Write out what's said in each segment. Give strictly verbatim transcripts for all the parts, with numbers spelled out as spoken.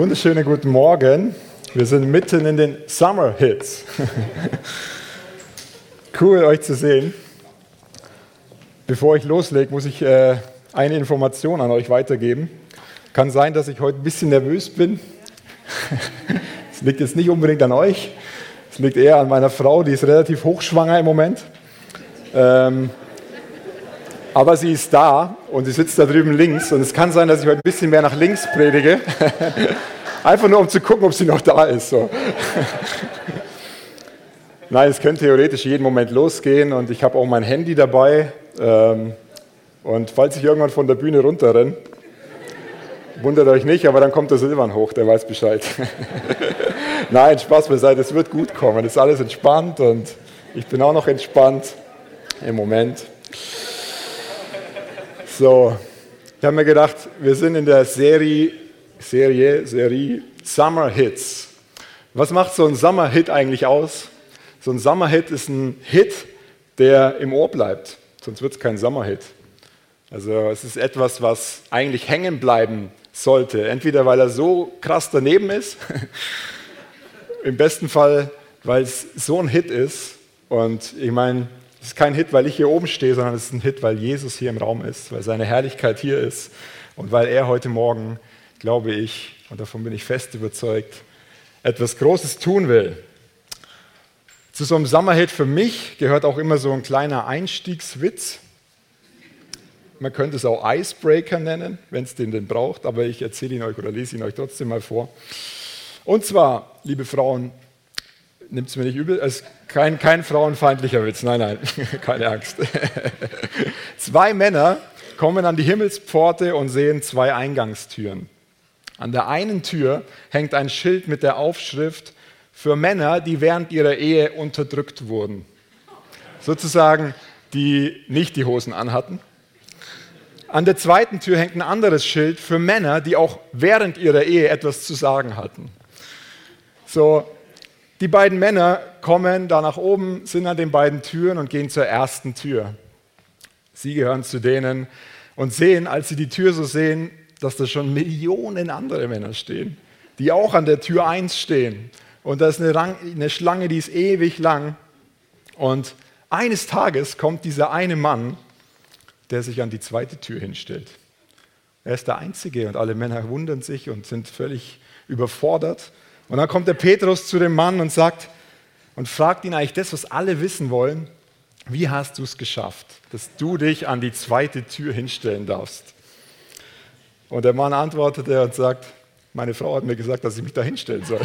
Wunderschönen guten Morgen. Wir sind mitten in den Summer Hits. Cool, euch zu sehen. Bevor ich loslege, muss ich äh, eine Information an euch weitergeben. Kann sein, dass ich heute ein bisschen nervös bin. Es liegt jetzt nicht unbedingt an euch. Es liegt eher an meiner Frau, die ist relativ hochschwanger im Moment. Ähm, aber sie ist da und sie sitzt da drüben links. Und es kann sein, dass ich heute ein bisschen mehr nach links predige. Einfach nur, um zu gucken, ob sie noch da ist. So. Nein, es könnte theoretisch jeden Moment losgehen und ich habe auch mein Handy dabei. Ähm, und falls ich irgendwann von der Bühne runterrenne, wundert euch nicht, aber dann kommt der Silvan hoch, der weiß Bescheid. Nein, Spaß beiseite, es wird gut kommen. Es ist alles entspannt und ich bin auch noch entspannt im Moment. So, ich habe mir gedacht, wir sind in der Serie, Serie, Serie Summer Hits. Was macht so ein Summer Hit eigentlich aus? So ein Summer Hit ist ein Hit, der im Ohr bleibt, sonst wird es kein Summer Hit. Also es ist etwas, was eigentlich hängen bleiben sollte. Entweder weil er so krass daneben ist, im besten Fall, weil es so ein Hit ist. Und ich meine, es ist kein Hit, weil ich hier oben stehe, sondern es ist ein Hit, weil Jesus hier im Raum ist, weil seine Herrlichkeit hier ist und weil er heute Morgen, glaube ich, und davon bin ich fest überzeugt, etwas Großes tun will. Zu so einem Summerhit für mich gehört auch immer so ein kleiner Einstiegswitz. Man könnte es auch Icebreaker nennen, wenn es den denn braucht, aber ich erzähle ihn euch oder lese ihn euch trotzdem mal vor. Und zwar, liebe Frauen, nimmt es mir nicht übel, es ist kein, kein frauenfeindlicher Witz, nein, nein, keine Angst. Zwei Männer kommen an die Himmelspforte und sehen zwei Eingangstüren. An der einen Tür hängt ein Schild mit der Aufschrift für Männer, die während ihrer Ehe unterdrückt wurden. Sozusagen, die nicht die Hosen anhatten. An der zweiten Tür hängt ein anderes Schild für Männer, die auch während ihrer Ehe etwas zu sagen hatten. So, die beiden Männer kommen da nach oben, sind an den beiden Türen und gehen zur ersten Tür. Sie gehören zu denen und sehen, als sie die Tür so sehen, dass da schon Millionen andere Männer stehen, die auch an der Tür eins stehen. Und da ist eine, Rang, eine Schlange, die ist ewig lang. Und eines Tages kommt dieser eine Mann, der sich an die zweite Tür hinstellt. Er ist der Einzige und alle Männer wundern sich und sind völlig überfordert. Und dann kommt der Petrus zu dem Mann und sagt und fragt ihn eigentlich das, was alle wissen wollen: Wie hast du es geschafft, dass du dich an die zweite Tür hinstellen darfst? Und der Mann antwortete und sagt: Meine Frau hat mir gesagt, dass ich mich da hinstellen soll.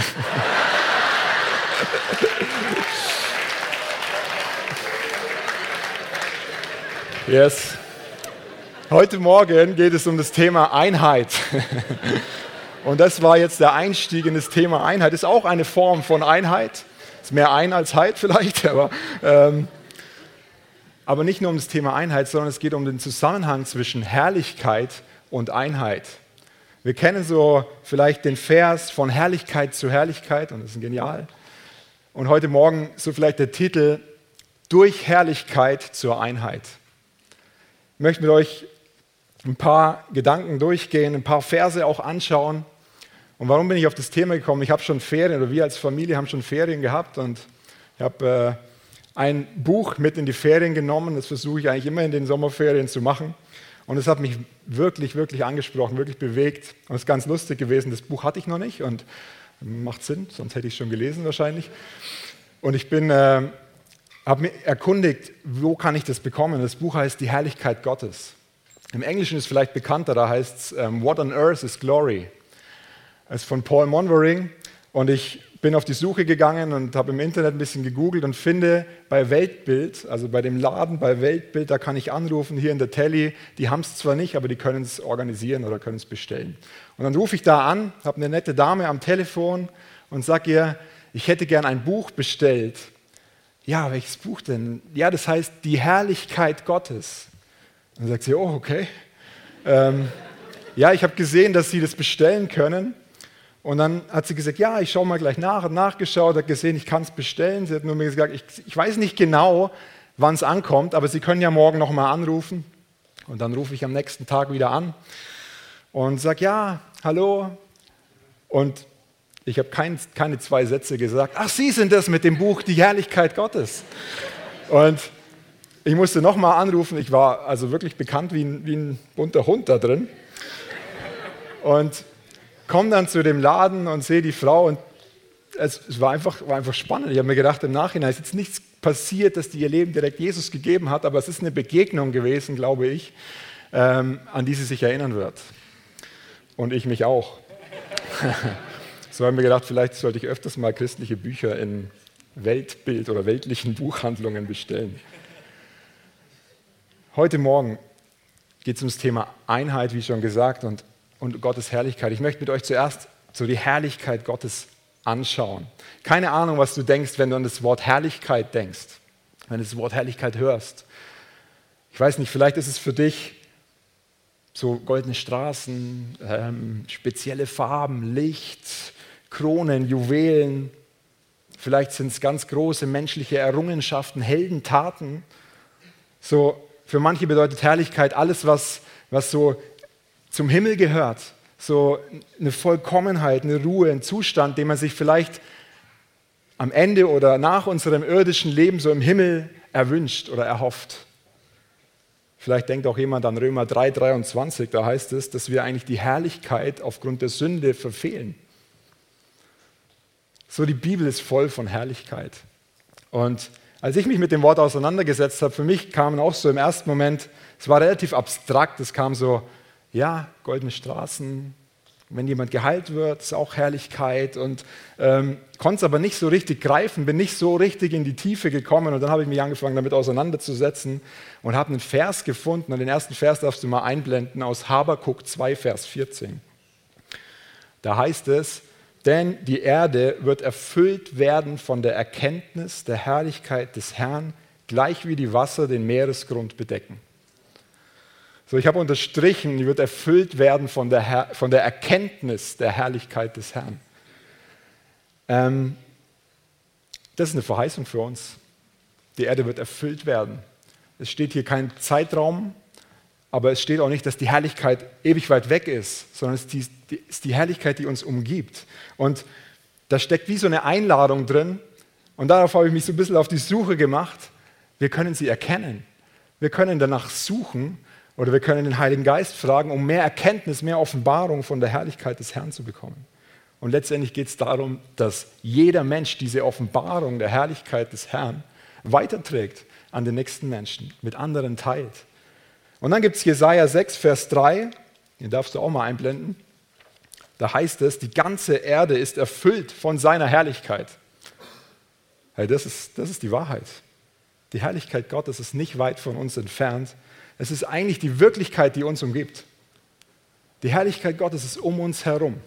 Yes. Heute Morgen geht es um das Thema Einheit. Und das war jetzt der Einstieg in das Thema Einheit. Ist auch eine Form von Einheit. Ist mehr ein als Heit vielleicht, aber, ähm, aber nicht nur um das Thema Einheit, sondern es geht um den Zusammenhang zwischen Herrlichkeit und Einheit. Wir kennen so vielleicht den Vers von Herrlichkeit zu Herrlichkeit und das ist genial. Und heute Morgen so vielleicht der Titel Durch Herrlichkeit zur Einheit. Ich möchte mit euch ein paar Gedanken durchgehen, ein paar Verse auch anschauen. Und warum bin ich auf das Thema gekommen? Ich habe schon Ferien, oder wir als Familie haben schon Ferien gehabt und ich habe äh, ein Buch mit in die Ferien genommen. Das versuche ich eigentlich immer in den Sommerferien zu machen. Und es hat mich wirklich, wirklich angesprochen, wirklich bewegt. Und es ist ganz lustig gewesen, das Buch hatte ich noch nicht und macht Sinn, sonst hätte ich es schon gelesen wahrscheinlich. Und ich bin, äh, habe mich erkundigt, wo kann ich das bekommen? Das Buch heißt Die Herrlichkeit Gottes. Im Englischen ist es vielleicht bekannter, da heißt es um, What on Earth is Glory. Es ist von Paul Monvering und ich bin auf die Suche gegangen und habe im Internet ein bisschen gegoogelt und finde bei Weltbild, also bei dem Laden bei Weltbild, da kann ich anrufen, hier in der Telly, die haben es zwar nicht, aber die können es organisieren oder können es bestellen. Und dann rufe ich da an, habe eine nette Dame am Telefon und sage ihr, ich hätte gern ein Buch bestellt. Ja, welches Buch denn? Ja, das heißt Die Herrlichkeit Gottes. Und dann sagt sie, oh, okay. Ähm, ja, ich habe gesehen, dass Sie das bestellen können. Und dann hat sie gesagt, ja, ich schaue mal gleich nach, hat nachgeschaut, hat gesehen, ich kann es bestellen. Sie hat nur mir gesagt, ich, ich weiß nicht genau, wann es ankommt, aber Sie können ja morgen nochmal anrufen. Und dann rufe ich am nächsten Tag wieder an und sage, ja, hallo, Und ich habe kein, keine zwei Sätze gesagt. Ach, Sie sind das mit dem Buch Die Herrlichkeit Gottes. Und ich musste nochmal anrufen. Ich war also wirklich bekannt wie ein, wie ein bunter Hund da drin. Und komme dann zu dem Laden und sehe die Frau. Und es, es war, einfach, war einfach spannend. Ich habe mir gedacht, im Nachhinein ist jetzt nichts passiert, dass die ihr Leben direkt Jesus gegeben hat. Aber es ist eine Begegnung gewesen, glaube ich, ähm, an die sie sich erinnern wird. Und ich mich auch. So haben wir gedacht, vielleicht sollte ich öfters mal christliche Bücher in Weltbild- oder weltlichen Buchhandlungen bestellen. Heute Morgen geht es ums Thema Einheit, wie schon gesagt, und, und Gottes Herrlichkeit. Ich möchte mit euch zuerst so die Herrlichkeit Gottes anschauen. Keine Ahnung, was du denkst, wenn du an das Wort Herrlichkeit denkst, wenn du das Wort Herrlichkeit hörst. Ich weiß nicht, vielleicht ist es für dich so goldene Straßen, ähm, spezielle Farben, Licht, Kronen, Juwelen. Vielleicht sind es ganz große menschliche Errungenschaften, Heldentaten. So, für manche bedeutet Herrlichkeit alles, was, was so zum Himmel gehört. So eine Vollkommenheit, eine Ruhe, ein Zustand, den man sich vielleicht am Ende oder nach unserem irdischen Leben so im Himmel erwünscht oder erhofft. Vielleicht denkt auch jemand an Römer drei, dreiundzwanzig, da heißt es, dass wir eigentlich die Herrlichkeit aufgrund der Sünde verfehlen. So, die Bibel ist voll von Herrlichkeit. Und als ich mich mit dem Wort auseinandergesetzt habe, für mich kamen auch so im ersten Moment, es war relativ abstrakt, es kam so, ja, goldene Straßen, wenn jemand geheilt wird, ist auch Herrlichkeit und ähm, konnte es aber nicht so richtig greifen, bin nicht so richtig in die Tiefe gekommen und dann habe ich mich angefangen damit auseinanderzusetzen und habe einen Vers gefunden und den ersten Vers darfst du mal einblenden aus Habakuk zwei, Vers vierzehn. Da heißt es, denn die Erde wird erfüllt werden von der Erkenntnis der Herrlichkeit des Herrn, gleich wie die Wasser den Meeresgrund bedecken. So, ich habe unterstrichen, die wird erfüllt werden von der, Her- von der Erkenntnis der Herrlichkeit des Herrn. Ähm, das ist eine Verheißung für uns. Die Erde wird erfüllt werden. Es steht hier kein Zeitraum, aber es steht auch nicht, dass die Herrlichkeit ewig weit weg ist, sondern es ist die, die, ist die Herrlichkeit, die uns umgibt. Und da steckt wie so eine Einladung drin. Und darauf habe ich mich so ein bisschen auf die Suche gemacht. Wir können sie erkennen. Wir können danach suchen. Oder wir können den Heiligen Geist fragen, um mehr Erkenntnis, mehr Offenbarung von der Herrlichkeit des Herrn zu bekommen. Und letztendlich geht es darum, dass jeder Mensch diese Offenbarung der Herrlichkeit des Herrn weiterträgt an den nächsten Menschen, mit anderen teilt. Und dann gibt es Jesaja sechs, Vers drei, den darfst du auch mal einblenden. Da heißt es, die ganze Erde ist erfüllt von seiner Herrlichkeit. Hey, das ist, das ist die Wahrheit. Die Herrlichkeit Gottes ist nicht weit von uns entfernt. Es ist eigentlich die Wirklichkeit, die uns umgibt. Die Herrlichkeit Gottes ist um uns herum.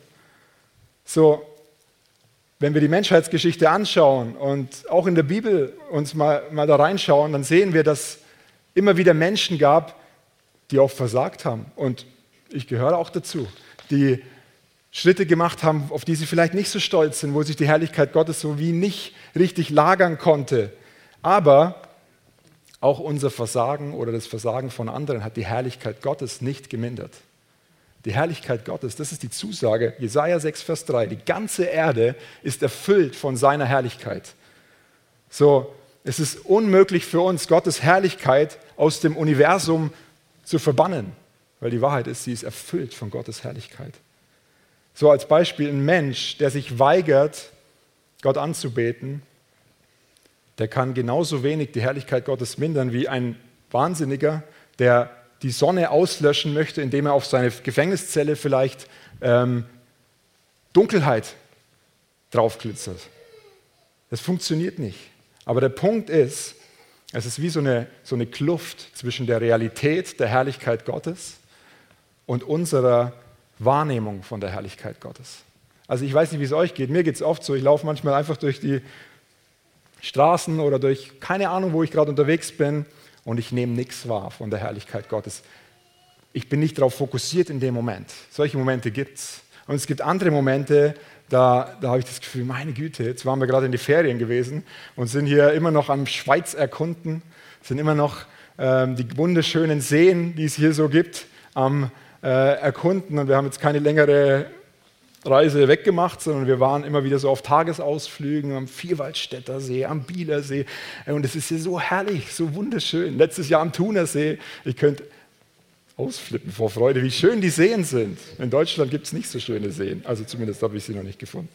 So, wenn wir die Menschheitsgeschichte anschauen und auch in der Bibel uns mal, mal da reinschauen, dann sehen wir, dass immer wieder Menschen gab, die auch versagt haben. Und ich gehöre auch dazu, die Schritte gemacht haben, auf die sie vielleicht nicht so stolz sind, wo sich die Herrlichkeit Gottes so wie nicht richtig lagern konnte. Aber auch unser Versagen oder das Versagen von anderen hat die Herrlichkeit Gottes nicht gemindert. Die Herrlichkeit Gottes, das ist die Zusage, Jesaja sechs, Vers drei. Die ganze Erde ist erfüllt von seiner Herrlichkeit. So, es ist unmöglich für uns, Gottes Herrlichkeit aus dem Universum zu verbannen, weil die Wahrheit ist, sie ist erfüllt von Gottes Herrlichkeit. So als Beispiel ein Mensch, der sich weigert, Gott anzubeten, der kann genauso wenig die Herrlichkeit Gottes mindern wie ein Wahnsinniger, der die Sonne auslöschen möchte, indem er auf seine Gefängniszelle vielleicht ähm, Dunkelheit draufglitzert. Das funktioniert nicht. Aber der Punkt ist, es ist wie so eine, so eine Kluft zwischen der Realität der Herrlichkeit Gottes und unserer Wahrnehmung von der Herrlichkeit Gottes. Also ich weiß nicht, wie es euch geht. Mir geht es oft so, ich laufe manchmal einfach durch die Straßen oder durch keine Ahnung, wo ich gerade unterwegs bin und ich nehme nichts wahr von der Herrlichkeit Gottes. Ich bin nicht darauf fokussiert in dem Moment. Solche Momente gibt es. Und es gibt andere Momente, da, da habe ich das Gefühl, meine Güte, jetzt waren wir gerade in die Ferien gewesen und sind hier immer noch am Schweiz erkunden, sind immer noch ähm, die wunderschönen Seen, die es hier so gibt, am äh, erkunden. Und wir haben jetzt keine längere Reise weggemacht, sondern wir waren immer wieder so auf Tagesausflügen am Vierwaldstätter See, am Bielersee. Und es ist hier so herrlich, so wunderschön. Letztes Jahr am Thunersee. Ich könnte ausflippen vor Freude, wie schön die Seen sind. In Deutschland gibt es nicht so schöne Seen. Also zumindest habe ich sie noch nicht gefunden.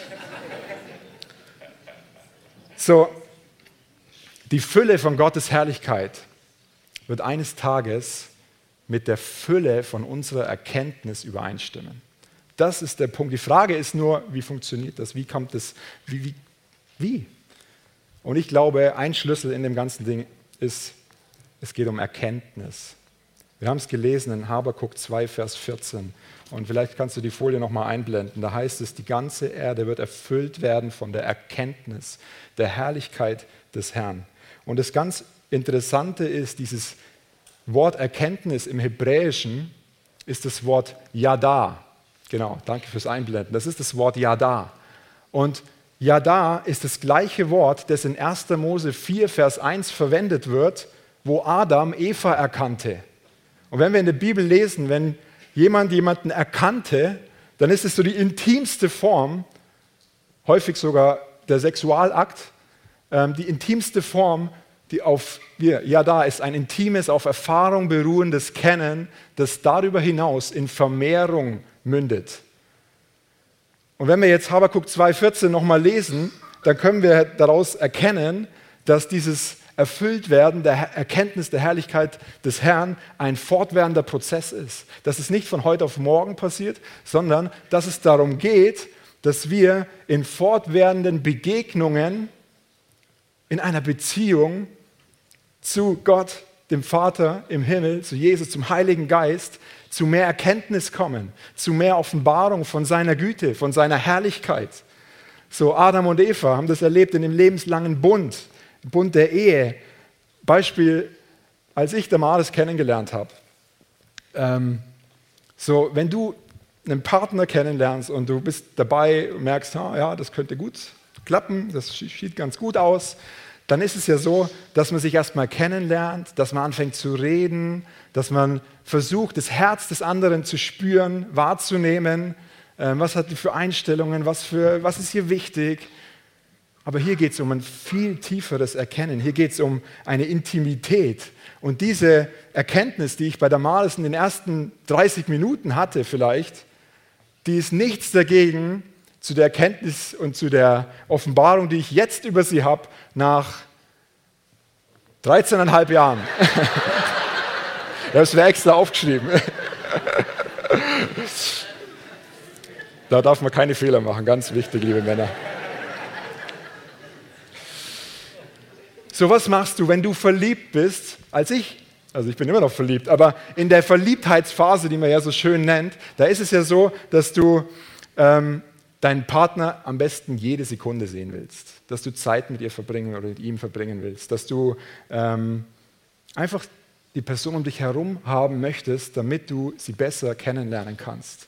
So, die Fülle von Gottes Herrlichkeit wird eines Tages mit der Fülle von unserer Erkenntnis übereinstimmen. Das ist der Punkt. Die Frage ist nur, wie funktioniert das? Wie kommt das? Wie, wie, wie? Und ich glaube, ein Schlüssel in dem ganzen Ding ist, es geht um Erkenntnis. Wir haben es gelesen in Habakuk zwei, Vers vierzehn. Und vielleicht kannst du die Folie nochmal einblenden. Da heißt es, die ganze Erde wird erfüllt werden von der Erkenntnis der Herrlichkeit des Herrn. Und das ganz Interessante ist, dieses Wort Erkenntnis im Hebräischen ist das Wort Yada. Genau, danke fürs Einblenden. Das ist das Wort Yada. Und Yada ist das gleiche Wort, das in erster Mose vier, Vers eins verwendet wird, wo Adam Eva erkannte. Und wenn wir in der Bibel lesen, wenn jemand jemanden erkannte, dann ist es so die intimste Form, häufig sogar der Sexualakt, ähm, die intimste Form, die auf, ja, da ist ein intimes, auf Erfahrung beruhendes Kennen, das darüber hinaus in Vermehrung mündet. Und wenn wir jetzt Habakuk zwei vierzehn nochmal lesen, dann können wir daraus erkennen, dass dieses Erfülltwerden der Erkenntnis der Herrlichkeit des Herrn ein fortwährender Prozess ist. Dass es nicht von heute auf morgen passiert, sondern dass es darum geht, dass wir in fortwährenden Begegnungen in einer Beziehung zu Gott, dem Vater im Himmel, zu Jesus, zum Heiligen Geist, zu mehr Erkenntnis kommen, zu mehr Offenbarung von seiner Güte, von seiner Herrlichkeit. So, Adam und Eva haben das erlebt in dem lebenslangen Bund, Bund der Ehe. Beispiel, als ich Damaris kennengelernt habe. Ähm, so, wenn du einen Partner kennenlernst und du bist dabei und merkst, ah, ja, das könnte gut klappen, das sieht ganz gut aus, dann ist es ja so, dass man sich erstmal kennenlernt, dass man anfängt zu reden, dass man versucht, das Herz des anderen zu spüren, wahrzunehmen, äh, was hat die für Einstellungen, was, für, was ist hier wichtig. Aber hier geht es um ein viel tieferes Erkennen, hier geht es um eine Intimität. Und diese Erkenntnis, die ich bei Damaris in den ersten dreißig Minuten hatte vielleicht, die ist nichts dagegen, zu der Erkenntnis und zu der Offenbarung, die ich jetzt über sie habe, nach dreizehneinhalb Jahren. Das wäre extra aufgeschrieben. Da darf man keine Fehler machen, ganz wichtig, liebe Männer. So, was machst du, wenn du verliebt bist, als ich? Also ich bin immer noch verliebt, aber in der Verliebtheitsphase, die man ja so schön nennt, da ist es ja so, dass du ähm, deinen Partner am besten jede Sekunde sehen willst, dass du Zeit mit ihr verbringen oder mit ihm verbringen willst, dass du ähm, einfach die Person um dich herum haben möchtest, damit du sie besser kennenlernen kannst.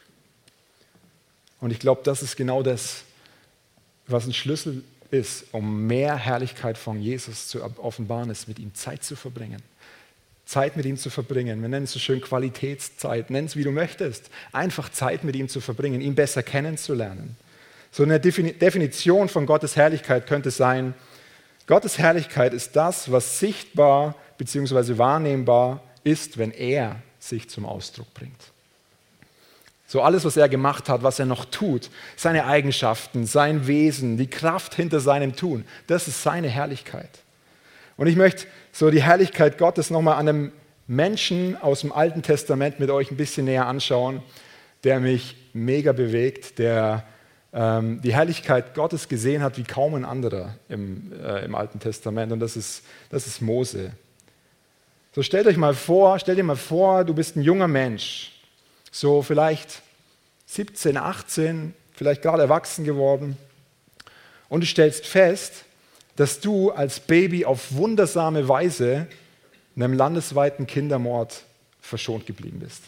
Und ich glaube, das ist genau das, was ein Schlüssel ist, um mehr Herrlichkeit von Jesus zu offenbaren, ist, mit ihm Zeit zu verbringen. Zeit mit ihm zu verbringen. Wir nennen es so schön Qualitätszeit. Nenn es, wie du möchtest. Einfach Zeit mit ihm zu verbringen, ihn besser kennenzulernen. So eine Definition von Gottes Herrlichkeit könnte sein, Gottes Herrlichkeit ist das, was sichtbar bzw. wahrnehmbar ist, wenn er sich zum Ausdruck bringt. So alles, was er gemacht hat, was er noch tut, seine Eigenschaften, sein Wesen, die Kraft hinter seinem Tun, das ist seine Herrlichkeit. Und ich möchte so die Herrlichkeit Gottes nochmal an einem Menschen aus dem Alten Testament mit euch ein bisschen näher anschauen, der mich mega bewegt, der ähm, die Herrlichkeit Gottes gesehen hat wie kaum ein anderer im, äh, im Alten Testament. Und das ist, das ist Mose. So stellt euch mal vor, stell dir mal vor, du bist ein junger Mensch, so vielleicht siebzehn, achtzehn, vielleicht gerade erwachsen geworden und du stellst fest, dass du als Baby auf wundersame Weise einem landesweiten Kindermord verschont geblieben bist.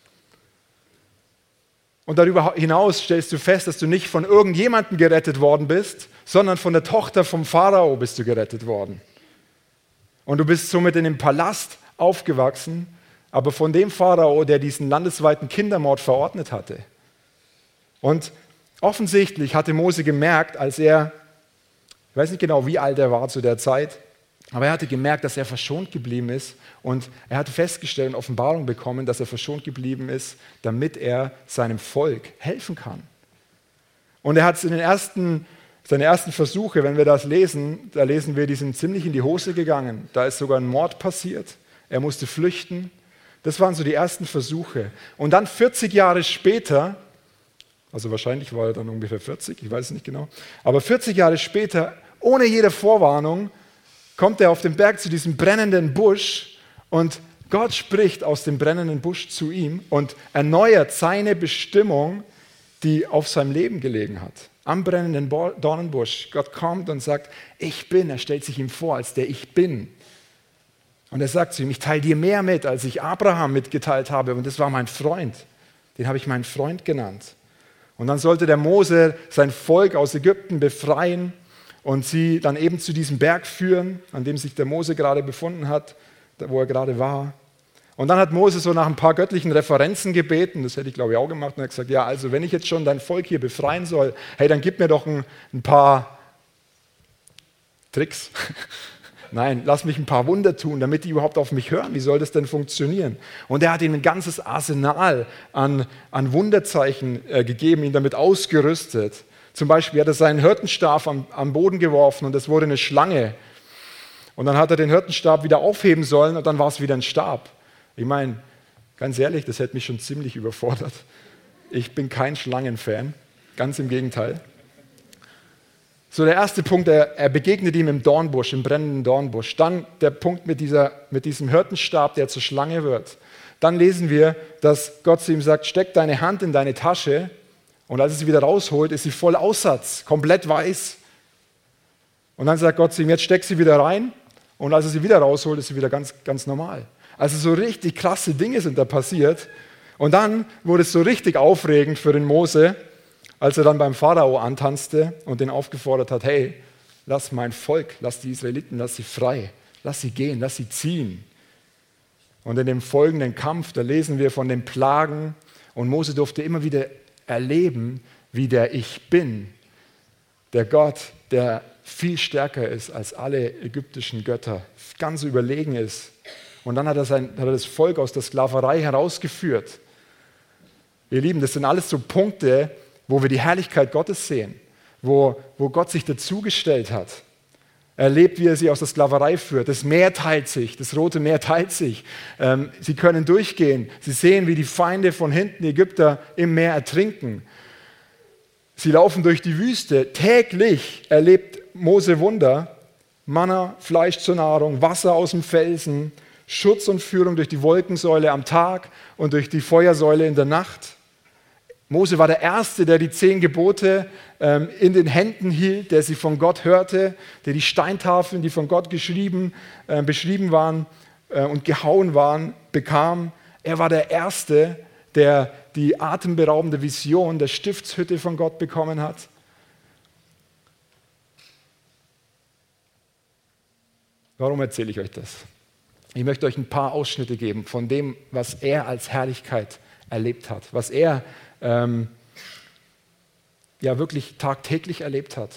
Und darüber hinaus stellst du fest, dass du nicht von irgendjemandem gerettet worden bist, sondern von der Tochter vom Pharao bist du gerettet worden. Und du bist somit in dem Palast aufgewachsen, aber von dem Pharao, der diesen landesweiten Kindermord verordnet hatte. Und offensichtlich hatte Mose gemerkt, als er, ich weiß nicht genau, wie alt er war zu der Zeit, aber er hatte gemerkt, dass er verschont geblieben ist und er hatte festgestellt und Offenbarung bekommen, dass er verschont geblieben ist, damit er seinem Volk helfen kann. Und er hat es in den ersten, seine ersten Versuche, wenn wir das lesen, da lesen wir, die sind ziemlich in die Hose gegangen. Da ist sogar ein Mord passiert. Er musste flüchten. Das waren so die ersten Versuche. Und dann vierzig Jahre später, also wahrscheinlich war er dann ungefähr vierzig, ich weiß es nicht genau, aber vierzig Jahre später, ohne jede Vorwarnung, kommt er auf den Berg zu diesem brennenden Busch und Gott spricht aus dem brennenden Busch zu ihm und erneuert seine Bestimmung, die auf seinem Leben gelegen hat. Am brennenden Dornenbusch. Gott kommt und sagt, ich bin. Er stellt sich ihm vor als der Ich Bin. Und er sagt zu ihm, ich teile dir mehr mit, als ich Abraham mitgeteilt habe. Und das war mein Freund. Den habe ich meinen Freund genannt. Und dann sollte der Mose sein Volk aus Ägypten befreien und sie dann eben zu diesem Berg führen, an dem sich der Mose gerade befunden hat, wo er gerade war. Und dann hat Mose so nach ein paar göttlichen Referenzen gebeten, das hätte ich glaube ich auch gemacht, und er hat gesagt, ja, also wenn ich jetzt schon dein Volk hier befreien soll, hey, dann gib mir doch ein, ein paar Tricks. Nein, lass mich ein paar Wunder tun, damit die überhaupt auf mich hören. Wie soll das denn funktionieren? Und er hat ihnen ein ganzes Arsenal an, an Wunderzeichen äh, gegeben, ihn damit ausgerüstet. Zum Beispiel hat er seinen Hirtenstab am, am Boden geworfen und es wurde eine Schlange. Und dann hat er den Hirtenstab wieder aufheben sollen und dann war es wieder ein Stab. Ich meine, ganz ehrlich, das hätte mich schon ziemlich überfordert. Ich bin kein Schlangenfan, ganz im Gegenteil. So, der erste Punkt, er, er begegnet ihm im Dornbusch, im brennenden Dornbusch. Dann der Punkt mit, dieser, mit diesem Hirtenstab, der zur Schlange wird. Dann lesen wir, dass Gott zu ihm sagt, steck deine Hand in deine Tasche. Und als er sie wieder rausholt, ist sie voll Aussatz, komplett weiß. Und dann sagt Gott zu ihm, jetzt steck sie wieder rein. Und als er sie wieder rausholt, ist sie wieder ganz, ganz normal. Also so richtig krasse Dinge sind da passiert. Und dann wurde es so richtig aufregend für den Mose, als er dann beim Pharao antanzte und den aufgefordert hat, hey, lass mein Volk, lass die Israeliten, lass sie frei, lass sie gehen, lass sie ziehen. Und in dem folgenden Kampf, da lesen wir von den Plagen und Mose durfte immer wieder erleben, wie der Ich Bin, der Gott, der viel stärker ist als alle ägyptischen Götter, ganz überlegen ist. Und dann hat er, sein, hat er das Volk aus der Sklaverei herausgeführt. Ihr Lieben, das sind alles so Punkte, wo wir die Herrlichkeit Gottes sehen, wo, wo Gott sich dazugestellt hat. Er erlebt, wie er sie aus der Sklaverei führt. Das Meer teilt sich, das Rote Meer teilt sich. Ähm, sie können durchgehen. Sie sehen, wie die Feinde von hinten, die Ägypter, im Meer ertrinken. Sie laufen durch die Wüste. Täglich erlebt Mose Wunder. Manna, Fleisch zur Nahrung, Wasser aus dem Felsen, Schutz und Führung durch die Wolkensäule am Tag und durch die Feuersäule in der Nacht. Mose war der Erste, der die zehn Gebote ähm, in den Händen hielt, der sie von Gott hörte, der die Steintafeln, die von Gott geschrieben, äh, beschrieben waren äh, und gehauen waren, bekam. Er war der Erste, der die atemberaubende Vision der Stiftshütte von Gott bekommen hat. Warum erzähle ich euch das? Ich möchte euch ein paar Ausschnitte geben von dem, was er als Herrlichkeit erlebt hat, was er ähm, ja wirklich tagtäglich erlebt hat.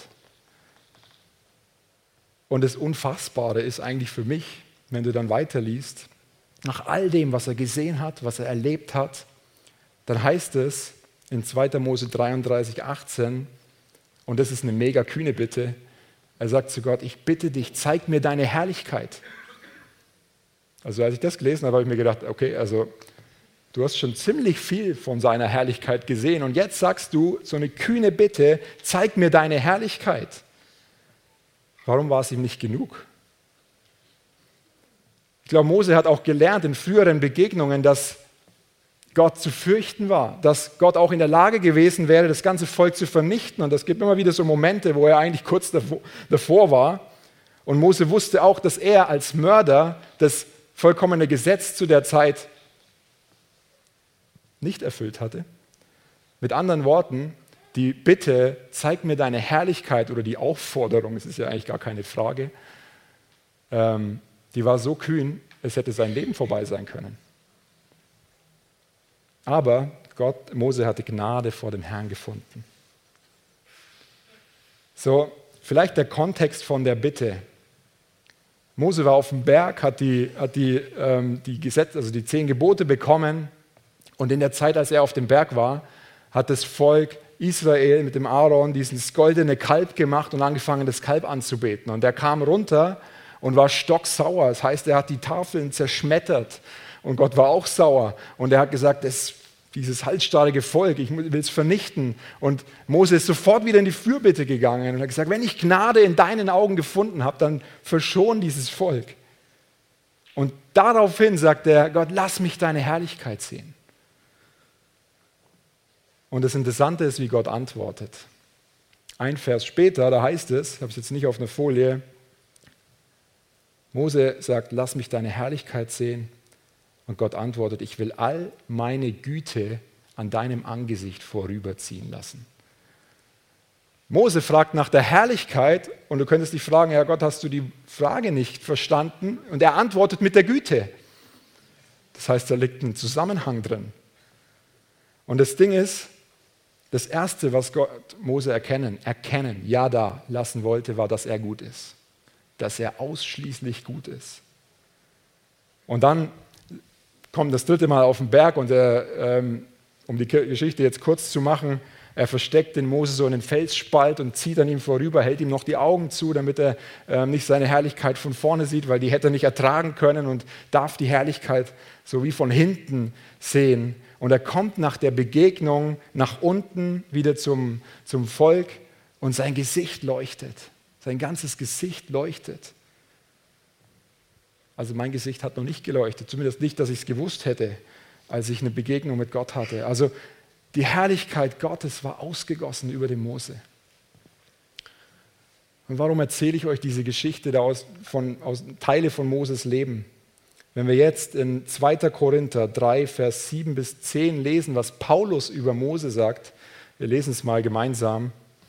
Und das Unfassbare ist eigentlich für mich, wenn du dann weiterliest, nach all dem, was er gesehen hat, was er erlebt hat, dann heißt es in zweiter Mose dreiunddreißig, achtzehn, und das ist eine mega kühne Bitte, er sagt zu Gott, ich bitte dich, zeig mir deine Herrlichkeit. Also als ich das gelesen habe, habe ich mir gedacht, okay, also du hast schon ziemlich viel von seiner Herrlichkeit gesehen und jetzt sagst du so eine kühne Bitte, zeig mir deine Herrlichkeit. Warum war es ihm nicht genug? Ich glaube, Mose hat auch gelernt in früheren Begegnungen, dass Gott zu fürchten war, dass Gott auch in der Lage gewesen wäre, das ganze Volk zu vernichten. Und es gibt immer wieder so Momente, wo er eigentlich kurz davor war. Und Mose wusste auch, dass er als Mörder das vollkommene Gesetz zu der Zeit nicht erfüllt hatte. Mit anderen Worten, die Bitte, zeig mir deine Herrlichkeit oder die Aufforderung, es ist ja eigentlich gar keine Frage, ähm, die war so kühn, es hätte sein Leben vorbei sein können. Aber Gott, Mose hatte Gnade vor dem Herrn gefunden. So, vielleicht der Kontext von der Bitte. Mose war auf dem Berg, hat die, hat die, ähm, die Gesetze, also die zehn Gebote bekommen. Und in der Zeit, als er auf dem Berg war, hat das Volk Israel mit dem Aaron dieses goldene Kalb gemacht und angefangen, das Kalb anzubeten. Und er kam runter und war stocksauer. Das heißt, er hat die Tafeln zerschmettert. Und Gott war auch sauer. Und er hat gesagt, das, dieses halsstarrige Volk, ich will es vernichten. Und Mose ist sofort wieder in die Fürbitte gegangen und hat gesagt, wenn ich Gnade in deinen Augen gefunden habe, dann verschon dieses Volk. Und daraufhin sagt er, Gott, lass mich deine Herrlichkeit sehen. Und das Interessante ist, wie Gott antwortet. Ein Vers später, da heißt es, ich habe es jetzt nicht auf einer Folie, Mose sagt, lass mich deine Herrlichkeit sehen. Und Gott antwortet, ich will all meine Güte an deinem Angesicht vorüberziehen lassen. Mose fragt nach der Herrlichkeit und du könntest dich fragen, Herr Gott, hast du die Frage nicht verstanden? Und er antwortet mit der Güte. Das heißt, da liegt ein Zusammenhang drin. Und das Ding ist, das Erste, was Gott Mose erkennen, erkennen, ja da lassen wollte, war, dass er gut ist. Dass er ausschließlich gut ist. Und dann kommt das dritte Mal auf den Berg und er, ähm, um die Geschichte jetzt kurz zu machen, er versteckt den Mose so in den Felsspalt und zieht an ihm vorüber, hält ihm noch die Augen zu, damit er ähm, nicht seine Herrlichkeit von vorne sieht, weil die hätte er nicht ertragen können und darf die Herrlichkeit so wie von hinten sehen. Und er kommt nach der Begegnung nach unten wieder zum, zum Volk und sein Gesicht leuchtet. Sein ganzes Gesicht leuchtet. Also mein Gesicht hat noch nicht geleuchtet, zumindest nicht, dass ich es gewusst hätte, als ich eine Begegnung mit Gott hatte. Also die Herrlichkeit Gottes war ausgegossen über den Mose. Und warum erzähle ich euch diese Geschichte da aus, von, aus Teile von Moses Leben? Wenn wir jetzt in zweiter Korinther drei, Vers sieben bis zehn lesen, was Paulus über Mose sagt, wir lesen es mal gemeinsam.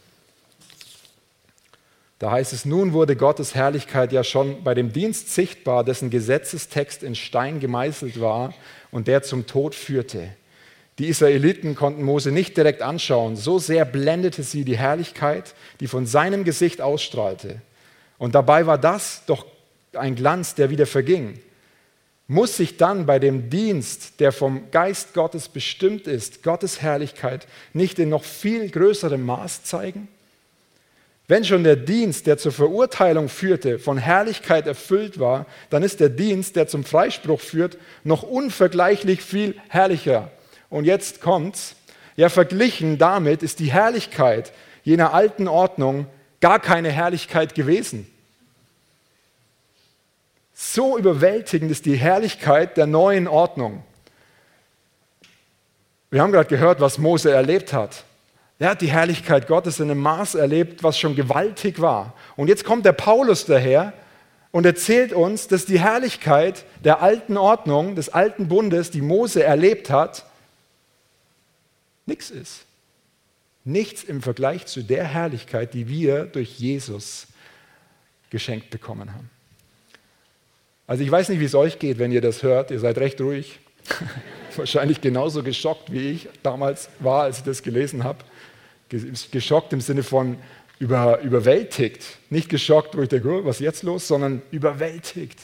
Da heißt es, nun wurde Gottes Herrlichkeit ja schon bei dem Dienst sichtbar, dessen Gesetzestext in Stein gemeißelt war und der zum Tod führte. Die Israeliten konnten Mose nicht direkt anschauen, so sehr blendete sie die Herrlichkeit, die von seinem Gesicht ausstrahlte. Und dabei war das doch ein Glanz, der wieder verging. Muss sich dann bei dem Dienst, der vom Geist Gottes bestimmt ist, Gottes Herrlichkeit nicht in noch viel größerem Maß zeigen? Wenn schon der Dienst, der zur Verurteilung führte, von Herrlichkeit erfüllt war, dann ist der Dienst, der zum Freispruch führt, noch unvergleichlich viel herrlicher. Und jetzt kommt's. Ja, verglichen damit ist die Herrlichkeit jener alten Ordnung gar keine Herrlichkeit gewesen. So überwältigend ist die Herrlichkeit der neuen Ordnung. Wir haben gerade gehört, was Mose erlebt hat. Er hat die Herrlichkeit Gottes in einem Maß erlebt, was schon gewaltig war. Und jetzt kommt der Paulus daher und erzählt uns, dass die Herrlichkeit der alten Ordnung, des alten Bundes, die Mose erlebt hat, nichts ist. Nichts im Vergleich zu der Herrlichkeit, die wir durch Jesus geschenkt bekommen haben. Also ich weiß nicht, wie es euch geht, wenn ihr das hört. Ihr seid recht ruhig. Wahrscheinlich genauso geschockt, wie ich damals war, als ich das gelesen habe. Geschockt im Sinne von über, überwältigt. Nicht geschockt, wo ich denke, oh, was ist jetzt los, sondern überwältigt.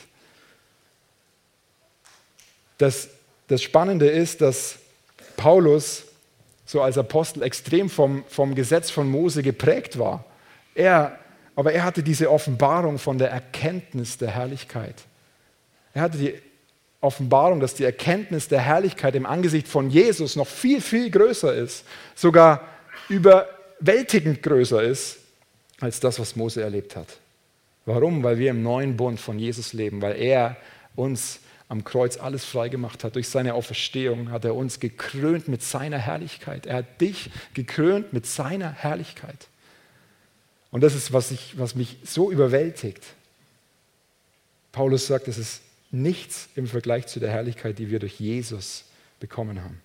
Das, das Spannende ist, dass Paulus so als Apostel extrem vom, vom Gesetz von Mose geprägt war. Er, aber er hatte diese Offenbarung von der Erkenntnis der Herrlichkeit. Er hatte die Offenbarung, dass die Erkenntnis der Herrlichkeit im Angesicht von Jesus noch viel, viel größer ist, sogar überwältigend größer ist, als das, was Mose erlebt hat. Warum? Weil wir im neuen Bund von Jesus leben, weil er uns am Kreuz alles freigemacht hat. Durch seine Auferstehung hat er uns gekrönt mit seiner Herrlichkeit. Er hat dich gekrönt mit seiner Herrlichkeit. Und das ist, was, ich, was mich so überwältigt. Paulus sagt, es ist nichts im Vergleich zu der Herrlichkeit, die wir durch Jesus bekommen haben.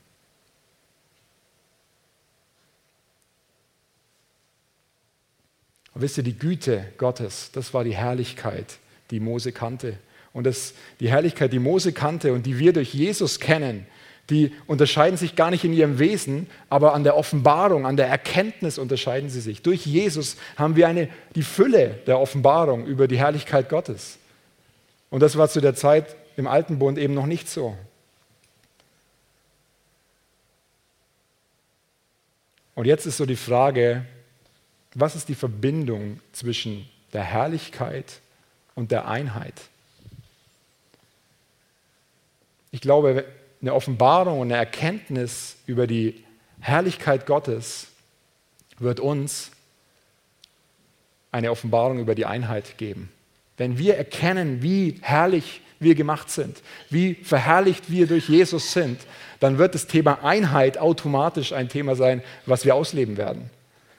Und wisst ihr, die Güte Gottes, das war die Herrlichkeit, die Mose kannte. Und das, die Herrlichkeit, die Mose kannte und die wir durch Jesus kennen, Die unterscheiden sich gar nicht in ihrem Wesen, aber an der Offenbarung, an der Erkenntnis unterscheiden sie sich. Durch Jesus haben wir eine, die Fülle der Offenbarung über die Herrlichkeit Gottes. Und das war zu der Zeit im Alten Bund eben noch nicht so. Und jetzt ist so die Frage, was ist die Verbindung zwischen der Herrlichkeit und der Einheit? Ich glaube, eine Offenbarung und eine Erkenntnis über die Herrlichkeit Gottes wird uns eine Offenbarung über die Einheit geben. Wenn wir erkennen, wie herrlich wir gemacht sind, wie verherrlicht wir durch Jesus sind, dann wird das Thema Einheit automatisch ein Thema sein, was wir ausleben werden.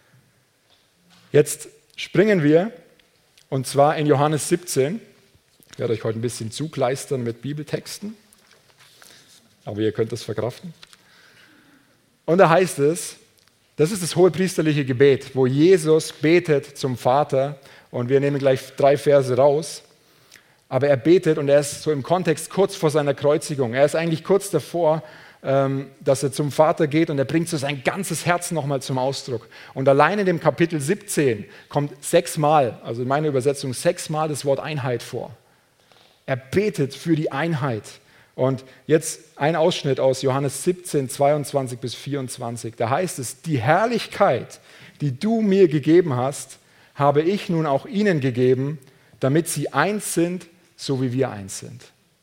Jetzt springen wir, und zwar in Johannes siebzehn. Ich werde euch heute ein bisschen zukleistern mit Bibeltexten, aber ihr könnt das verkraften. Und da heißt es, das ist das hohepriesterliche Gebet, wo Jesus betet zum Vater, und wir nehmen gleich drei Verse raus. Aber er betet und er ist so im Kontext kurz vor seiner Kreuzigung. Er ist eigentlich kurz davor, dass er zum Vater geht, und er bringt so sein ganzes Herz nochmal zum Ausdruck. Und allein in dem Kapitel siebzehn kommt sechsmal, also in meiner Übersetzung sechsmal das Wort Einheit vor. Er betet für die Einheit. Und jetzt ein Ausschnitt aus Johannes siebzehn, zweiundzwanzig bis vierundzwanzig. Da heißt es, die Herrlichkeit, die du mir gegeben hast, habe ich nun auch ihnen gegeben, damit sie eins sind, so wie wir eins sind.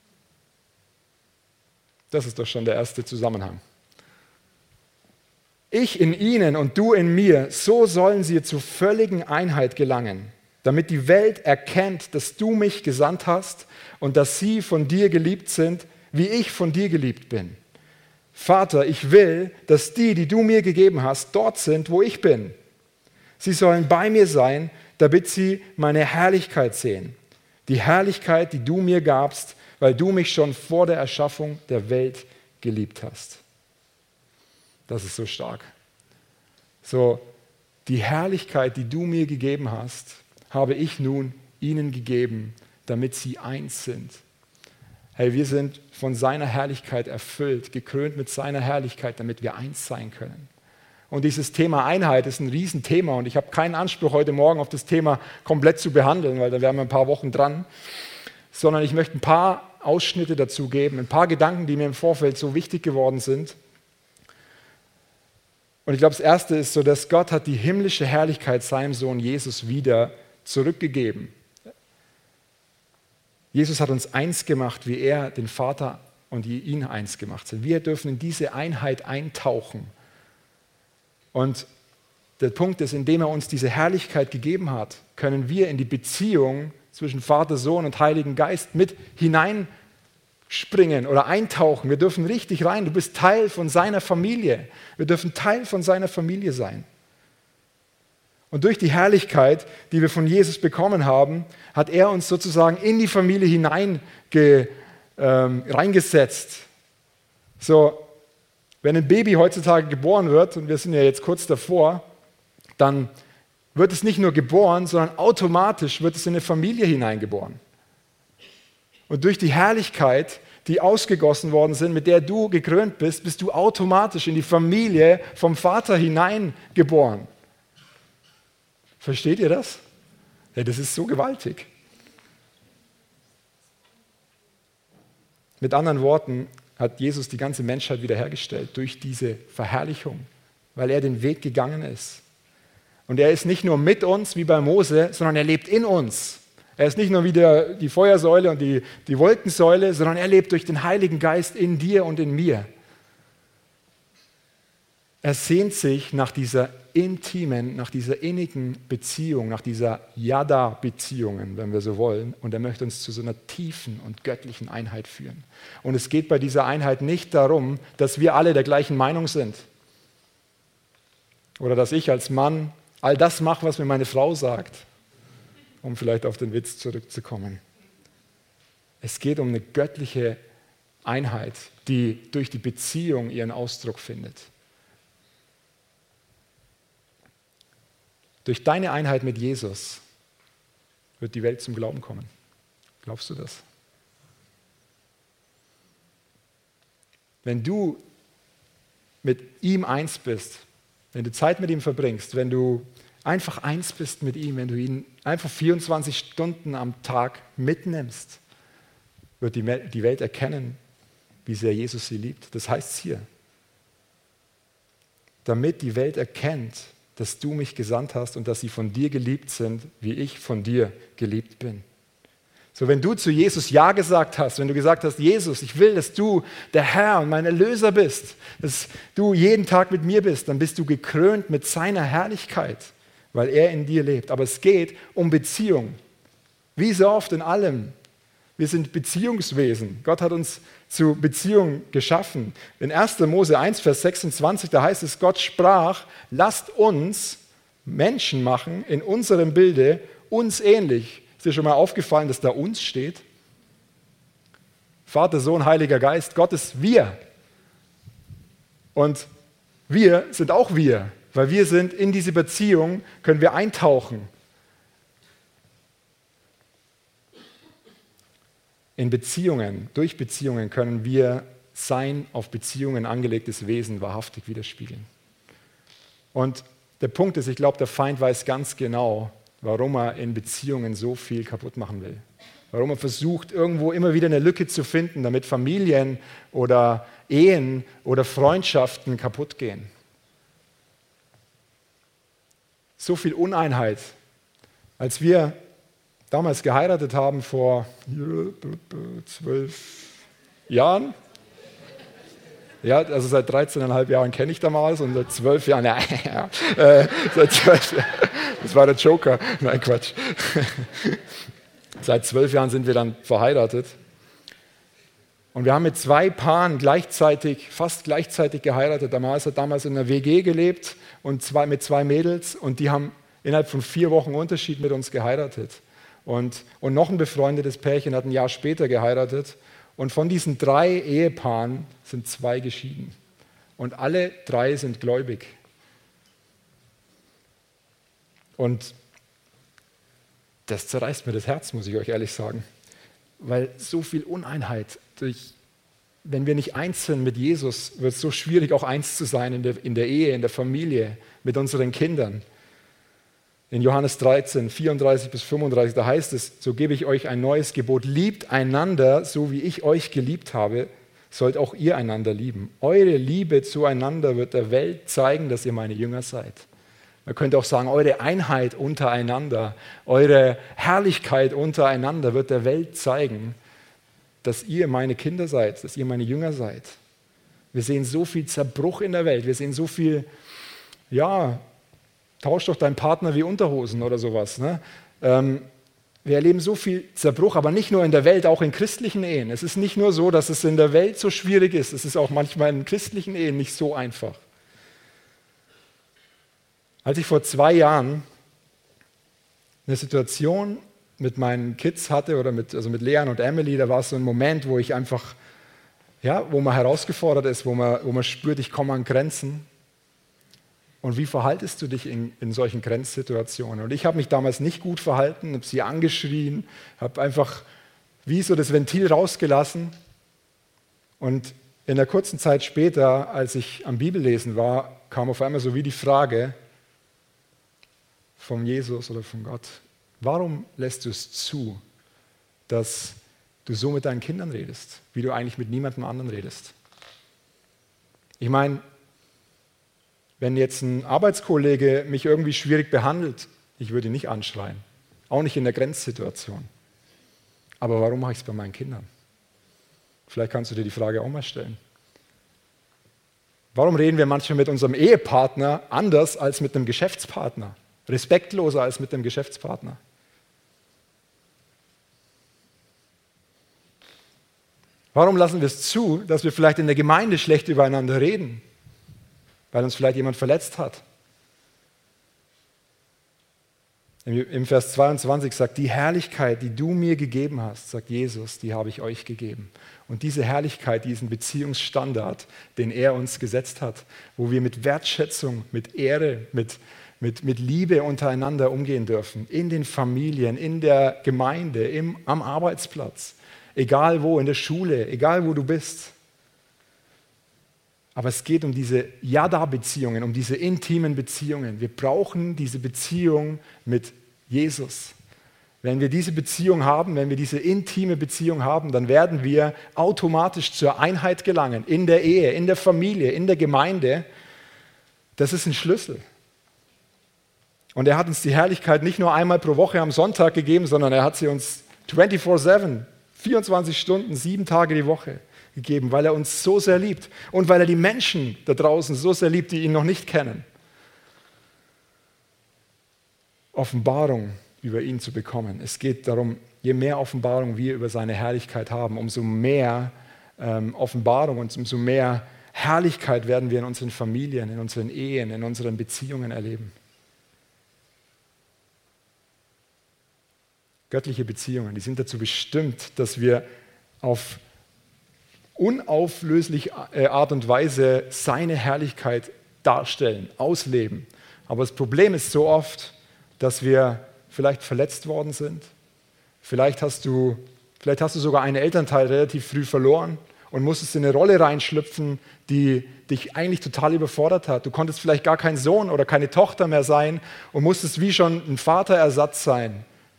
Das ist doch schon der erste Zusammenhang. Ich in ihnen und du in mir, so sollen sie zur völligen Einheit gelangen, damit die Welt erkennt, dass du mich gesandt hast und dass sie von dir geliebt sind, wie ich von dir geliebt bin. Vater, ich will, dass die, die du mir gegeben hast, dort sind, wo ich bin. Sie sollen bei mir sein, damit sie meine Herrlichkeit sehen. Die Herrlichkeit, die du mir gabst, weil du mich schon vor der Erschaffung der Welt geliebt hast. Das ist so stark. So, die Herrlichkeit, die du mir gegeben hast, habe ich nun ihnen gegeben, damit sie eins sind. Hey, wir sind von seiner Herrlichkeit erfüllt, gekrönt mit seiner Herrlichkeit, damit wir eins sein können. Und dieses Thema Einheit ist ein Riesenthema, und ich habe keinen Anspruch, heute Morgen auf das Thema komplett zu behandeln, weil da wären wir ein paar Wochen dran, sondern ich möchte ein paar Ausschnitte dazu geben, ein paar Gedanken, die mir im Vorfeld so wichtig geworden sind. Und ich glaube, das Erste ist so, dass Gott hat die himmlische Herrlichkeit seinem Sohn Jesus wieder zurückgegeben. Jesus hat uns eins gemacht, wie er den Vater und ihn eins gemacht sind. Wir dürfen in diese Einheit eintauchen. Und der Punkt ist, indem er uns diese Herrlichkeit gegeben hat, können wir in die Beziehung zwischen Vater, Sohn und Heiligen Geist mit hineinspringen oder eintauchen. Wir dürfen richtig rein. Du bist Teil von seiner Familie. Wir dürfen Teil von seiner Familie sein. Und durch die Herrlichkeit, die wir von Jesus bekommen haben, hat er uns sozusagen in die Familie hinein ge, ähm, reingesetzt. So, wenn ein Baby heutzutage geboren wird, und wir sind ja jetzt kurz davor, dann wird es nicht nur geboren, sondern automatisch wird es in eine Familie hineingeboren. Und durch die Herrlichkeit, die ausgegossen worden sind, mit der du gekrönt bist, bist du automatisch in die Familie vom Vater hineingeboren. Versteht ihr das? Ja, das ist so gewaltig. Mit anderen Worten hat Jesus die ganze Menschheit wiederhergestellt durch diese Verherrlichung, weil er den Weg gegangen ist. Und er ist nicht nur mit uns wie bei Mose, sondern er lebt in uns. Er ist nicht nur wie der, die Feuersäule und die, die Wolkensäule, sondern er lebt durch den Heiligen Geist in dir und in mir. Er sehnt sich nach dieser intimen, nach dieser innigen Beziehung, nach dieser Yada-Beziehungen, wenn wir so wollen. Und er möchte uns zu so einer tiefen und göttlichen Einheit führen. Und es geht bei dieser Einheit nicht darum, dass wir alle der gleichen Meinung sind. Oder dass ich als Mann all das mache, was mir meine Frau sagt, um vielleicht auf den Witz zurückzukommen. Es geht um eine göttliche Einheit, die durch die Beziehung ihren Ausdruck findet. Durch deine Einheit mit Jesus wird die Welt zum Glauben kommen. Glaubst du das? wenn du mit ihm eins bist, wenn du Zeit mit ihm verbringst, wenn du einfach eins bist mit ihm, wenn du ihn einfach vierundzwanzig Stunden am Tag mitnimmst, wird die Welt erkennen, wie sehr Jesus sie liebt. Das heißt es hier. Damit die Welt erkennt, dass du mich gesandt hast und dass sie von dir geliebt sind, wie ich von dir geliebt bin. So, wenn du zu Jesus Ja gesagt hast, wenn du gesagt hast, Jesus, ich will, dass du der Herr und mein Erlöser bist, dass du jeden Tag mit mir bist, dann bist du gekrönt mit seiner Herrlichkeit, weil er in dir lebt. Aber es geht um Beziehung. Wie so oft in allem. Wir sind Beziehungswesen. Gott hat uns zu Beziehung geschaffen. In erster Mose eins, Vers sechsundzwanzig, da heißt es, Gott sprach, lasst uns Menschen machen in unserem Bilde, uns ähnlich. Ist dir schon mal aufgefallen, dass da uns steht? Vater, Sohn, Heiliger Geist, Gott ist wir. Und wir sind auch wir, weil wir sind in diese Beziehung, können wir eintauchen. In Beziehungen, durch Beziehungen können wir sein auf Beziehungen angelegtes Wesen wahrhaftig widerspiegeln. Und der Punkt ist, ich glaube, der Feind weiß ganz genau, warum er in Beziehungen so viel kaputt machen will. Warum er versucht, irgendwo immer wieder eine Lücke zu finden, damit Familien oder Ehen oder Freundschaften kaputt gehen. So viel Uneinheit. Als wir damals geheiratet haben, vor zwölf Jahren. Ja, also seit dreizehneinhalb Jahren kenne ich damals und seit zwölf Jahren, ja, ja, äh, seit zwölf Jahren, das war der Joker, nein Quatsch. Seit zwölf Jahren sind wir dann verheiratet und wir haben mit zwei Paaren gleichzeitig, fast gleichzeitig geheiratet. Damals hat damals in einer W G gelebt und zwei, mit zwei Mädels und die haben innerhalb von vier Wochen Unterschied mit uns geheiratet. Und, und noch ein befreundetes Pärchen hat ein Jahr später geheiratet. Und von diesen drei Ehepaaren sind zwei geschieden. Und alle drei sind gläubig. Und das zerreißt mir das Herz, muss ich euch ehrlich sagen. Weil so viel Uneinheit, durch, wenn wir nicht eins sind mit Jesus, wird es so schwierig, auch eins zu sein in der, in der Ehe, in der Familie, mit unseren Kindern. In Johannes dreizehn, vierunddreißig bis fünfunddreißig, da heißt es, so gebe ich euch ein neues Gebot, liebt einander, so wie ich euch geliebt habe, sollt auch ihr einander lieben. Eure Liebe zueinander wird der Welt zeigen, dass ihr meine Jünger seid. Man könnte auch sagen, eure Einheit untereinander, eure Herrlichkeit untereinander wird der Welt zeigen, dass ihr meine Kinder seid, dass ihr meine Jünger seid. Wir sehen so viel Zerbruch in der Welt, wir sehen so viel, ja, tausch doch deinen Partner wie Unterhosen oder sowas. Ne? Ähm, wir erleben so viel Zerbruch, aber nicht nur in der Welt, auch in christlichen Ehen. Es ist nicht nur so, dass es in der Welt so schwierig ist, es ist auch manchmal in christlichen Ehen nicht so einfach. Als ich vor zwei Jahren eine Situation mit meinen Kids hatte, oder mit, also mit Leon und Emily, da war es so ein Moment, wo ich einfach, ja, wo man herausgefordert ist, wo man, wo man spürt, ich komme an Grenzen. Und wie verhaltest du dich in, in solchen Grenzsituationen? Und ich habe mich damals nicht gut verhalten, habe sie angeschrien, habe einfach wie so das Ventil rausgelassen. Und in der kurzen Zeit später, als ich am Bibellesen war, kam auf einmal so wie die Frage von Jesus oder von Gott, warum lässt du es zu, dass du so mit deinen Kindern redest, wie du eigentlich mit niemandem anderen redest? Ich meine, wenn jetzt ein Arbeitskollege mich irgendwie schwierig behandelt, ich würde ihn nicht anschreien, auch nicht in der Grenzsituation. Aber warum mache ich es bei meinen Kindern? Vielleicht kannst du dir die Frage auch mal stellen. Warum reden wir manchmal mit unserem Ehepartner anders als mit einem Geschäftspartner? Respektloser als mit einem Geschäftspartner? Warum lassen wir es zu, dass wir vielleicht in der Gemeinde schlecht übereinander reden? Weil uns vielleicht jemand verletzt hat. Im Vers zweiundzwanzig sagt, die Herrlichkeit, die du mir gegeben hast, sagt Jesus, die habe ich euch gegeben. Und diese Herrlichkeit, diesen Beziehungsstandard, den er uns gesetzt hat, wo wir mit Wertschätzung, mit Ehre, mit, mit, mit Liebe untereinander umgehen dürfen, in den Familien, in der Gemeinde, im, am Arbeitsplatz, egal wo, in der Schule, egal wo du bist. Aber es geht um diese Yada-Beziehungen, um diese intimen Beziehungen. Wir brauchen diese Beziehung mit Jesus. Wenn wir diese Beziehung haben, wenn wir diese intime Beziehung haben, dann werden wir automatisch zur Einheit gelangen, in der Ehe, in der Familie, in der Gemeinde. Das ist ein Schlüssel. Und er hat uns die Herrlichkeit nicht nur einmal pro Woche am Sonntag gegeben, sondern er hat sie uns vierundzwanzig sieben, vierundzwanzig Stunden, sieben Tage die Woche gegeben, weil er uns so sehr liebt und weil er die Menschen da draußen so sehr liebt, die ihn noch nicht kennen. Offenbarung über ihn zu bekommen. Es geht darum, je mehr Offenbarung wir über seine Herrlichkeit haben, umso mehr ähm, Offenbarung und umso mehr Herrlichkeit werden wir in unseren Familien, in unseren Ehen, in unseren Beziehungen erleben. Göttliche Beziehungen, die sind dazu bestimmt, dass wir auf unauflösliche Art und Weise seine Herrlichkeit darstellen, ausleben. Aber das Problem ist so oft, dass wir vielleicht verletzt worden sind. Vielleicht hast du, vielleicht hast du sogar einen Elternteil relativ früh verloren und musstest in eine Rolle reinschlüpfen, die dich eigentlich total überfordert hat. Du konntest vielleicht gar kein Sohn oder keine Tochter mehr sein und musstest wie schon ein Vaterersatz sein.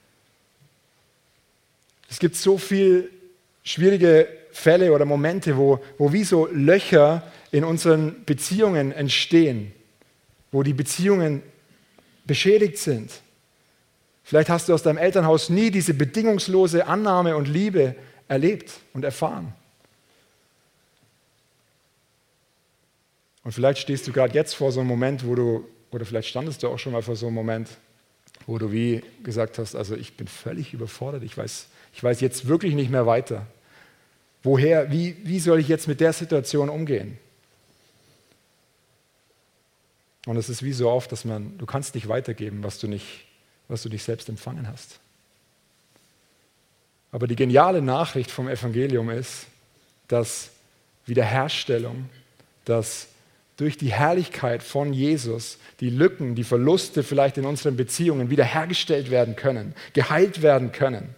Es gibt so viele schwierige Fälle oder Momente, wo, wo wie so Löcher in unseren Beziehungen entstehen, wo die Beziehungen beschädigt sind. Vielleicht hast du aus deinem Elternhaus nie diese bedingungslose Annahme und Liebe erlebt und erfahren. Und vielleicht stehst du gerade jetzt vor so einem Moment, wo du, oder vielleicht standest du auch schon mal vor so einem Moment, wo du wie gesagt hast, also ich bin völlig überfordert, ich weiß, ich weiß jetzt wirklich nicht mehr weiter. Woher, wie, wie soll ich jetzt mit der Situation umgehen? Und es ist wie so oft, dass man, du kannst nicht weitergeben, was du nicht, was du nicht selbst empfangen hast. Aber die geniale Nachricht vom Evangelium ist, dass Wiederherstellung, dass durch die Herrlichkeit von Jesus die Lücken, die Verluste vielleicht in unseren Beziehungen wiederhergestellt werden können, geheilt werden können.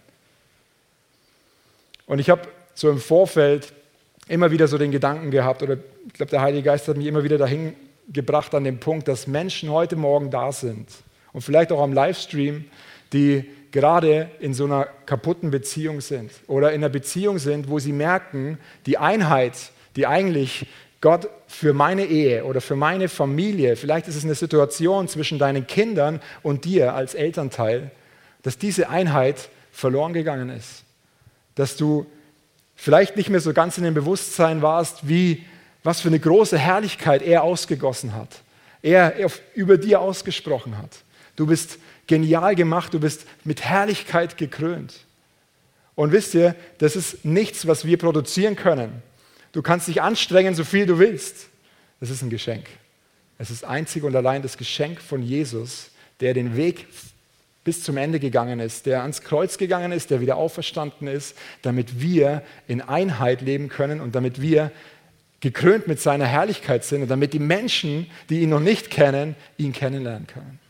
Und ich habe so im Vorfeld immer wieder so den Gedanken gehabt, oder ich glaube, der Heilige Geist hat mich immer wieder dahin gebracht an den Punkt, dass Menschen heute Morgen da sind und vielleicht auch am Livestream, die gerade in so einer kaputten Beziehung sind oder in einer Beziehung sind, wo sie merken, die Einheit, die eigentlich Gott für meine Ehe oder für meine Familie, vielleicht ist es eine Situation zwischen deinen Kindern und dir als Elternteil, dass diese Einheit verloren gegangen ist. Dass du vielleicht nicht mehr so ganz in dem Bewusstsein warst, wie, was für eine große Herrlichkeit er ausgegossen hat. Er über dir ausgesprochen hat. Du bist genial gemacht, du bist mit Herrlichkeit gekrönt. Und wisst ihr, das ist nichts, was wir produzieren können. Du kannst dich anstrengen, so viel du willst. Das ist ein Geschenk. Es ist einzig und allein das Geschenk von Jesus, der den Weg bis zum Ende gegangen ist, der ans Kreuz gegangen ist, der wieder auferstanden ist, damit wir in Einheit leben können und damit wir gekrönt mit seiner Herrlichkeit sind und damit die Menschen, die ihn noch nicht kennen, ihn kennenlernen können.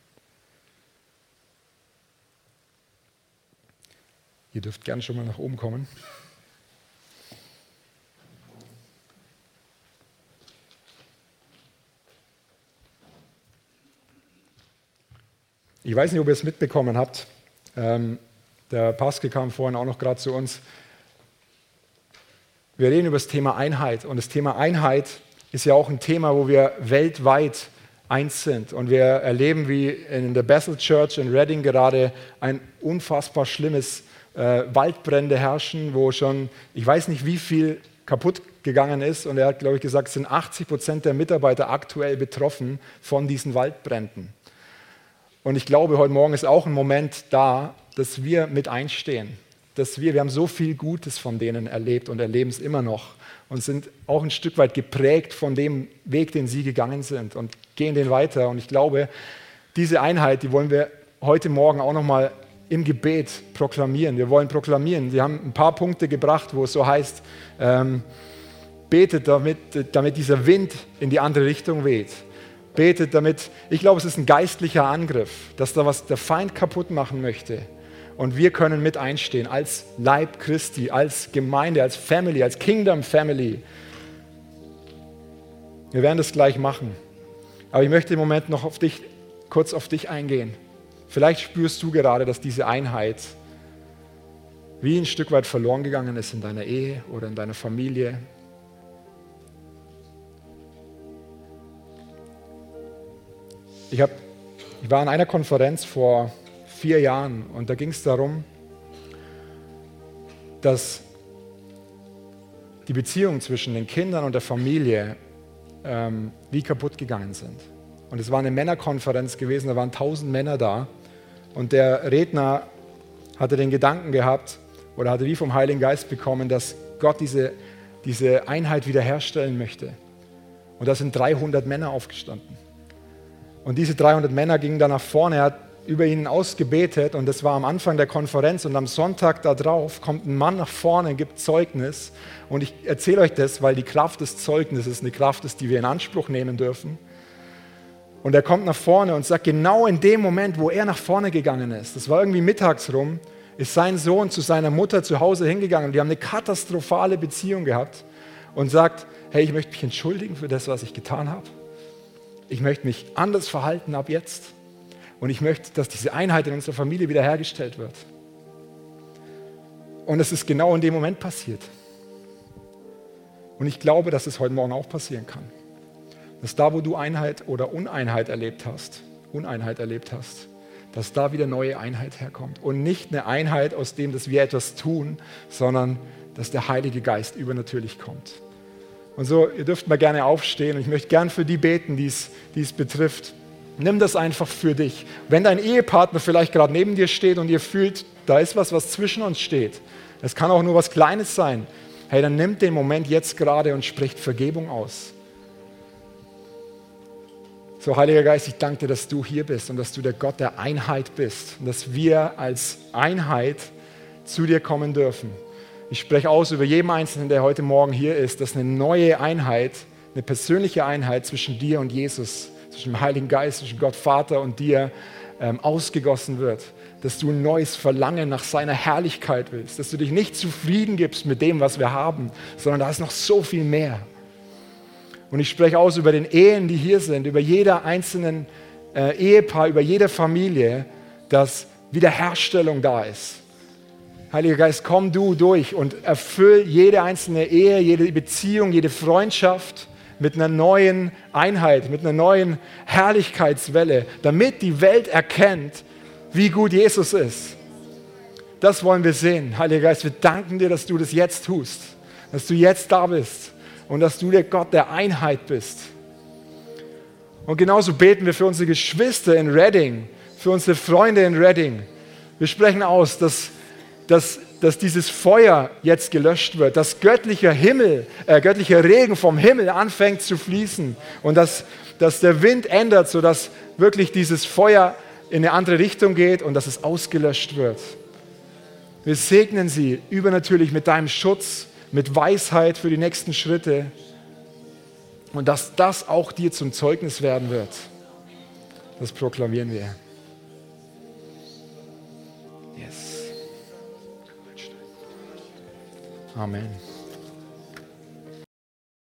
Ihr dürft gerne schon mal nach oben kommen. Ich weiß nicht, ob ihr es mitbekommen habt. Ähm, der Pascal kam vorhin auch noch gerade zu uns. Wir reden über das Thema Einheit. Und das Thema Einheit ist ja auch ein Thema, wo wir weltweit eins sind. Und wir erleben, wie in der Bethel Church in Reading gerade ein unfassbar schlimmes äh, Waldbrände herrschen, wo schon, ich weiß nicht, wie viel kaputt gegangen ist. Und er hat, glaube ich, gesagt, es sind achtzig Prozent der Mitarbeiter aktuell betroffen von diesen Waldbränden. Und ich glaube, heute Morgen ist auch ein Moment da, dass wir mit einstehen. Dass wir, wir haben so viel Gutes von denen erlebt und erleben es immer noch und sind auch ein Stück weit geprägt von dem Weg, den sie gegangen sind und gehen den weiter. Und ich glaube, diese Einheit, die wollen wir heute Morgen auch nochmal im Gebet proklamieren. Wir wollen proklamieren. Sie haben ein paar Punkte gebracht, wo es so heißt, ähm, betet, damit, damit dieser Wind in die andere Richtung weht. Betet damit, ich glaube, es ist ein geistlicher Angriff, dass da was der Feind kaputt machen möchte. Und wir können mit einstehen als Leib Christi, als Gemeinde, als Family, als Kingdom Family. Wir werden das gleich machen. Aber ich möchte im Moment noch auf dich, kurz auf dich eingehen. Vielleicht spürst du gerade, dass diese Einheit wie ein Stück weit verloren gegangen ist in deiner Ehe oder in deiner Familie. Ich, hab, ich war an einer Konferenz vor vier Jahren und da ging es darum, dass die Beziehungen zwischen den Kindern und der Familie ähm, wie kaputt gegangen sind. Und es war eine Männerkonferenz gewesen, da waren tausend Männer da und der Redner hatte den Gedanken gehabt oder hatte wie vom Heiligen Geist bekommen, dass Gott diese, diese Einheit wiederherstellen möchte. Und da sind dreihundert Männer aufgestanden. Und diese dreihundert Männer gingen dann nach vorne, er hat über ihnen ausgebetet und das war am Anfang der Konferenz und am Sonntag darauf kommt ein Mann nach vorne, gibt Zeugnis und ich erzähle euch das, weil die Kraft des Zeugnisses eine Kraft ist, die wir in Anspruch nehmen dürfen. Und er kommt nach vorne und sagt, genau in dem Moment, wo er nach vorne gegangen ist, das war irgendwie mittags rum, ist sein Sohn zu seiner Mutter zu Hause hingegangen und die haben eine katastrophale Beziehung gehabt und sagt, hey, ich möchte mich entschuldigen für das, was ich getan habe. Ich möchte mich anders verhalten ab jetzt. Und ich möchte, dass diese Einheit in unserer Familie wiederhergestellt wird. Und es ist genau in dem Moment passiert. Und ich glaube, dass es heute Morgen auch passieren kann. Dass da, wo du Einheit oder Uneinheit erlebt hast, Uneinheit erlebt hast, dass da wieder neue Einheit herkommt. Und nicht eine Einheit aus dem, dass wir etwas tun, sondern dass der Heilige Geist übernatürlich kommt. Und so, ihr dürft mal gerne aufstehen und ich möchte gern für die beten, die es, die es betrifft. Nimm das einfach für dich. Wenn dein Ehepartner vielleicht gerade neben dir steht und ihr fühlt, da ist was, was zwischen uns steht. Es kann auch nur was Kleines sein. Hey, dann nimm den Moment jetzt gerade und spricht Vergebung aus. So, Heiliger Geist, ich danke dir, dass du hier bist und dass du der Gott der Einheit bist und dass wir als Einheit zu dir kommen dürfen. Ich spreche aus über jeden Einzelnen, der heute Morgen hier ist, dass eine neue Einheit, eine persönliche Einheit zwischen dir und Jesus, zwischen dem Heiligen Geist, zwischen Gott Vater und dir ähm, ausgegossen wird. Dass du ein neues Verlangen nach seiner Herrlichkeit willst. Dass du dich nicht zufrieden gibst mit dem, was wir haben, sondern da ist noch so viel mehr. Und ich spreche aus über den Ehen, die hier sind, über jeder einzelnen äh, Ehepaar, über jede Familie, dass Wiederherstellung da ist. Heiliger Geist, komm du durch und erfüll jede einzelne Ehe, jede Beziehung, jede Freundschaft mit einer neuen Einheit, mit einer neuen Herrlichkeitswelle, damit die Welt erkennt, wie gut Jesus ist. Das wollen wir sehen. Heiliger Geist, wir danken dir, dass du das jetzt tust, dass du jetzt da bist und dass du der Gott der Einheit bist. Und genauso beten wir für unsere Geschwister in Redding, für unsere Freunde in Redding. Wir sprechen aus, dass, dass, dass dieses Feuer jetzt gelöscht wird, dass göttlicher Himmel, äh, göttlicher Regen vom Himmel anfängt zu fließen und dass, dass der Wind ändert, sodass wirklich dieses Feuer in eine andere Richtung geht und dass es ausgelöscht wird. Wir segnen sie übernatürlich mit deinem Schutz, mit Weisheit für die nächsten Schritte und dass das auch dir zum Zeugnis werden wird. Das proklamieren wir. Yes. Amen.